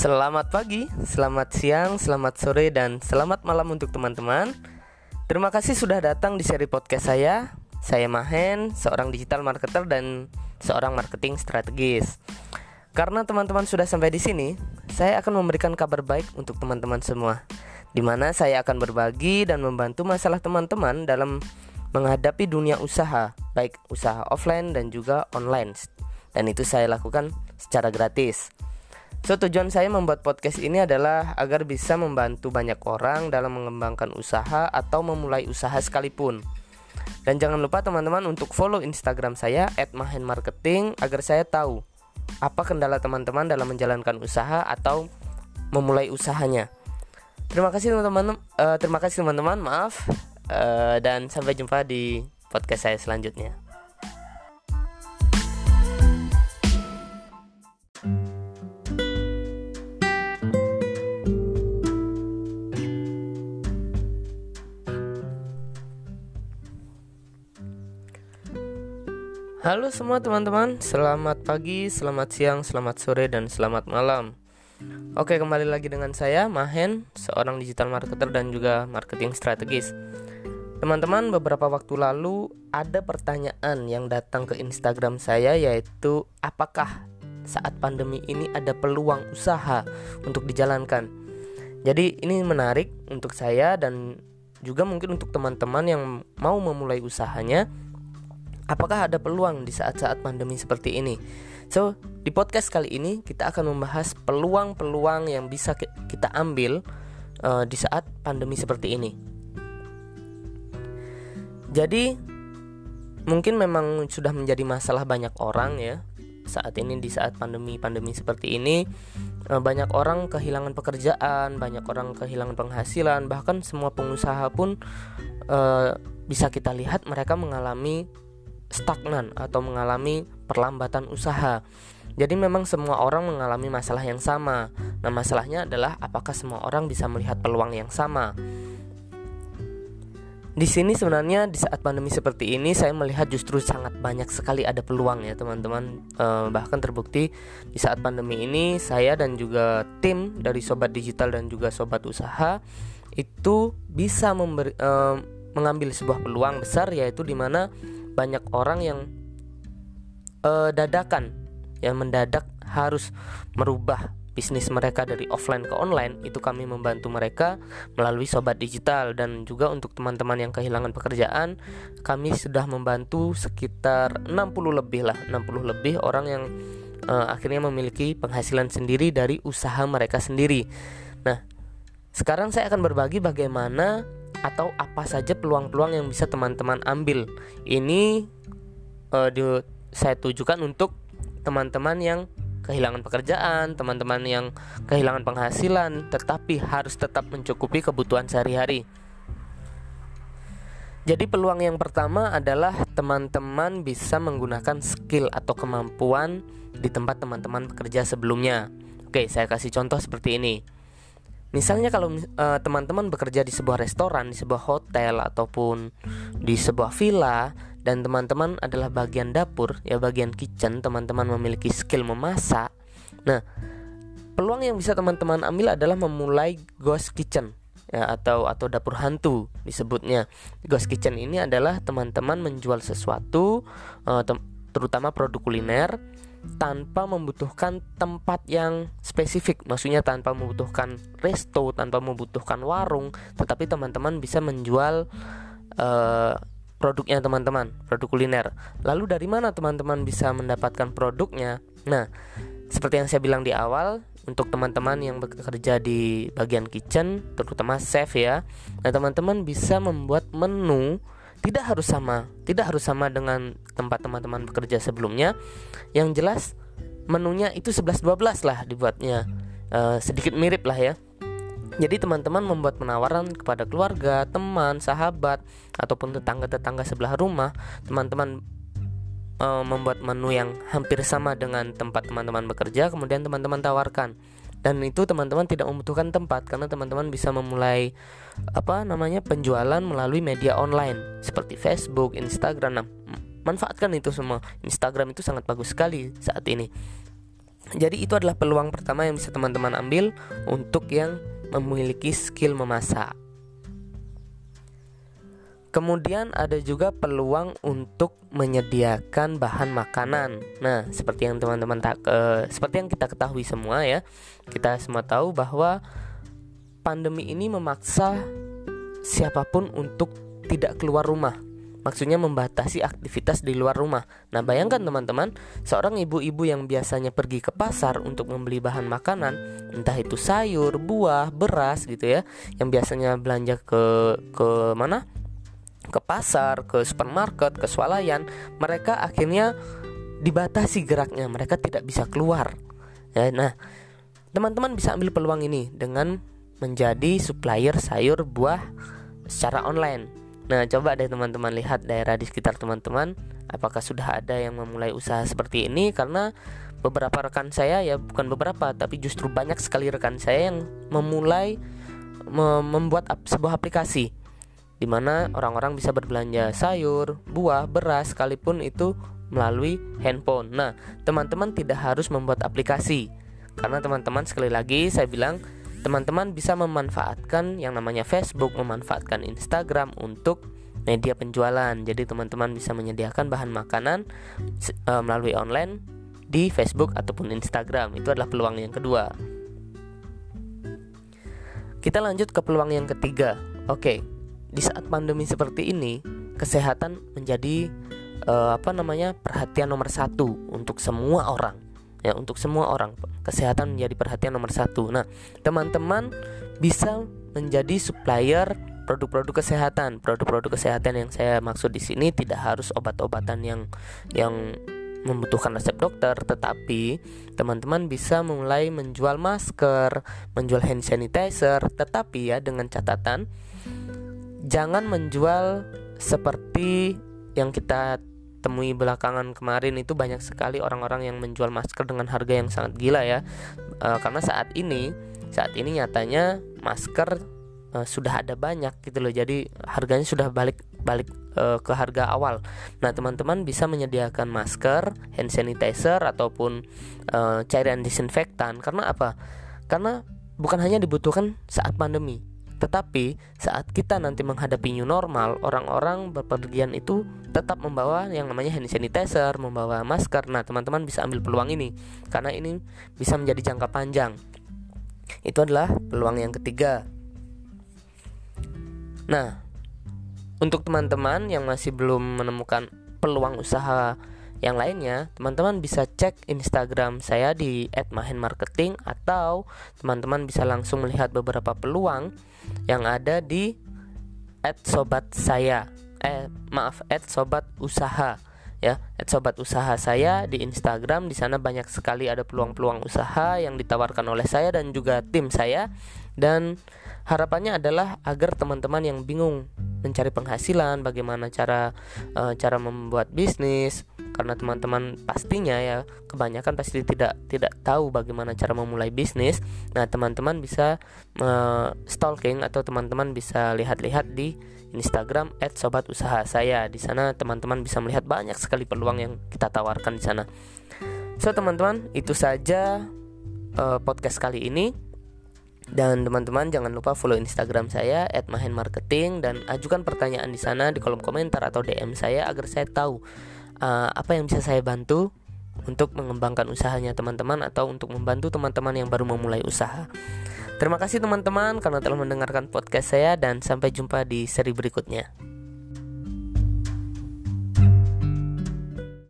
Selamat pagi, selamat siang, selamat sore, dan selamat malam untuk teman-teman. Terima kasih sudah datang di seri podcast saya. Saya Mahen, seorang digital marketer dan seorang marketing strategis. Karena teman-teman sudah sampai di sini, saya akan memberikan kabar baik untuk teman-teman semua, di mana saya akan berbagi dan membantu masalah teman-teman dalam menghadapi dunia usaha, baik usaha offline dan juga online. Dan itu saya lakukan secara gratis. Tujuan saya membuat podcast ini adalah agar bisa membantu banyak orang dalam mengembangkan usaha atau memulai usaha sekalipun. Dan jangan lupa teman-teman untuk follow Instagram saya @mahenmarketing agar saya tahu apa kendala teman-teman dalam menjalankan usaha atau memulai usahanya. Terima kasih teman-teman, maaf, dan sampai jumpa di podcast saya selanjutnya. Halo semua teman-teman, selamat pagi, selamat siang, selamat sore, dan selamat malam. Oke, kembali lagi dengan saya, Mahen, seorang digital marketer dan juga marketing strategis. Teman-teman, beberapa waktu lalu ada pertanyaan yang datang ke Instagram saya, yaitu apakah saat pandemi ini ada peluang usaha untuk dijalankan. Jadi ini menarik untuk saya dan juga mungkin untuk teman-teman yang mau memulai usahanya. Apakah ada peluang di saat-saat pandemi seperti ini? So, di podcast kali ini kita akan membahas peluang-peluang yang bisa kita ambil di saat pandemi seperti ini. Jadi, mungkin memang sudah menjadi masalah banyak orang ya. Saat ini di saat pandemi seperti ini, banyak orang kehilangan pekerjaan, banyak orang kehilangan penghasilan, bahkan semua pengusaha pun bisa kita lihat mereka mengalami stagnan atau mengalami perlambatan usaha. Jadi memang semua orang mengalami masalah yang sama. Nah, masalahnya adalah apakah semua orang bisa melihat peluang yang sama. Di sini sebenarnya di saat pandemi seperti ini saya melihat justru sangat banyak sekali ada peluang ya teman-teman. Bahkan terbukti di saat pandemi ini saya dan juga tim dari Sobat Digital dan juga Sobat Usaha itu bisa mengambil sebuah peluang besar, yaitu di mana banyak orang yang mendadak harus merubah bisnis mereka dari offline ke online. Itu kami membantu mereka melalui Sobat Digital. Dan juga untuk teman-teman yang kehilangan pekerjaan, kami sudah membantu sekitar 60 lebih orang yang akhirnya memiliki penghasilan sendiri dari usaha mereka sendiri. Nah, sekarang saya akan berbagi bagaimana atau apa saja peluang-peluang yang bisa teman-teman ambil. Ini saya tujukan untuk teman-teman yang kehilangan pekerjaan, teman-teman yang kehilangan penghasilan, tetapi harus tetap mencukupi kebutuhan sehari-hari. Jadi peluang yang pertama adalah teman-teman bisa menggunakan skill atau kemampuan di tempat teman-teman bekerja sebelumnya. Oke, saya kasih contoh seperti ini. Misalnya kalau teman-teman bekerja di sebuah restoran, di sebuah hotel, ataupun di sebuah villa, dan teman-teman adalah bagian dapur, ya bagian kitchen, teman-teman memiliki skill memasak. Nah, peluang yang bisa teman-teman ambil adalah memulai ghost kitchen, ya, atau dapur hantu disebutnya. Ghost kitchen ini adalah teman-teman menjual sesuatu, terutama produk kuliner, tanpa membutuhkan tempat yang spesifik. Maksudnya tanpa membutuhkan resto, tanpa membutuhkan warung, tetapi teman-teman bisa menjual produknya teman-teman, produk kuliner. Lalu dari mana teman-teman bisa mendapatkan produknya? Nah, seperti yang saya bilang di awal, untuk teman-teman yang bekerja di bagian kitchen, terutama chef ya, nah teman-teman bisa membuat menu. Tidak harus sama dengan tempat teman-teman bekerja sebelumnya. Yang jelas menunya itu 11-12 lah dibuatnya, sedikit mirip lah ya. Jadi teman-teman membuat penawaran kepada keluarga, teman, sahabat, ataupun tetangga-tetangga sebelah rumah. Teman-teman membuat menu yang hampir sama dengan tempat teman-teman bekerja, kemudian teman-teman tawarkan. Dan itu teman-teman tidak membutuhkan tempat, karena teman-teman bisa memulai penjualan melalui media online seperti Facebook, Instagram. Nah, manfaatkan itu semua. Instagram itu sangat bagus sekali saat ini. Jadi itu adalah peluang pertama yang bisa teman-teman ambil untuk yang memiliki skill memasak. Kemudian ada juga peluang untuk menyediakan bahan makanan. Nah, seperti yang seperti yang kita ketahui semua ya. Kita semua tahu bahwa pandemi ini memaksa siapapun untuk tidak keluar rumah. Maksudnya membatasi aktivitas di luar rumah. Nah, bayangkan teman-teman, seorang ibu-ibu yang biasanya pergi ke pasar untuk membeli bahan makanan, entah itu sayur, buah, beras gitu ya, yang biasanya belanja ke mana? Ke pasar, ke supermarket, ke swalayan, mereka akhirnya dibatasi geraknya, mereka tidak bisa keluar. Ya, nah, teman-teman bisa ambil peluang ini dengan menjadi supplier sayur buah secara online. Nah, coba deh teman-teman lihat daerah di sekitar teman-teman, apakah sudah ada yang memulai usaha seperti ini. Karena beberapa rekan saya, ya bukan beberapa, tapi justru banyak sekali rekan saya yang memulai membuat sebuah aplikasi di mana orang-orang bisa berbelanja sayur, buah, beras, sekalipun itu melalui handphone. Nah, teman-teman tidak harus membuat aplikasi, karena teman-teman, sekali lagi saya bilang, teman-teman bisa memanfaatkan yang namanya Facebook, memanfaatkan Instagram untuk media penjualan. Jadi teman-teman bisa menyediakan bahan makanan melalui online di Facebook ataupun Instagram. Itu adalah peluang yang kedua. Kita lanjut ke peluang yang ketiga. Oke, di saat pandemi seperti ini, kesehatan menjadi perhatian nomor 1 untuk semua orang. Ya, untuk semua orang, kesehatan menjadi perhatian nomor 1. Nah, teman-teman bisa menjadi supplier produk-produk kesehatan. Produk-produk kesehatan yang saya maksud di sini tidak harus obat-obatan yang membutuhkan resep dokter, tetapi teman-teman bisa mulai menjual masker, menjual hand sanitizer, tetapi ya dengan catatan jangan menjual seperti yang kita temui belakangan kemarin. Itu banyak sekali orang-orang yang menjual masker dengan harga yang sangat gila ya. Karena saat ini nyatanya masker sudah ada banyak gitu loh. Jadi harganya sudah balik ke harga awal. Nah, teman-teman bisa menyediakan masker, hand sanitizer ataupun cairan disinfektan. Karena apa? Karena bukan hanya dibutuhkan saat pandemi, tetapi saat kita nanti menghadapi new normal, orang-orang berpergian itu tetap membawa yang namanya hand sanitizer, membawa masker. Nah, teman-teman bisa ambil peluang ini, karena ini bisa menjadi jangka panjang. Itu adalah peluang yang ketiga. Nah, untuk teman-teman yang masih belum menemukan peluang usaha yang lainnya, teman-teman bisa cek Instagram saya di @mahenmarketing, atau teman-teman bisa langsung melihat beberapa peluang yang ada di @sobatsaya @sobat-usaha ya, @sobat-usaha saya di Instagram. Di sana banyak sekali ada peluang-peluang usaha yang ditawarkan oleh saya dan juga tim saya, dan harapannya adalah agar teman-teman yang bingung mencari penghasilan, bagaimana cara membuat bisnis, karena teman-teman pastinya ya kebanyakan pasti tidak tahu bagaimana cara memulai bisnis. Nah, teman-teman bisa stalking atau teman-teman bisa lihat-lihat di Instagram @sobat-usaha saya. Di sana teman-teman bisa melihat banyak sekali peluang yang kita tawarkan di sana. So, teman-teman, itu saja podcast kali ini. Dan teman-teman jangan lupa follow Instagram saya @mahenmarketing, dan ajukan pertanyaan di sana di kolom komentar atau DM saya agar saya tahu apa yang bisa saya bantu untuk mengembangkan usahanya teman-teman, atau untuk membantu teman-teman yang baru memulai usaha. Terima kasih teman-teman karena telah mendengarkan podcast saya, dan sampai jumpa di seri berikutnya.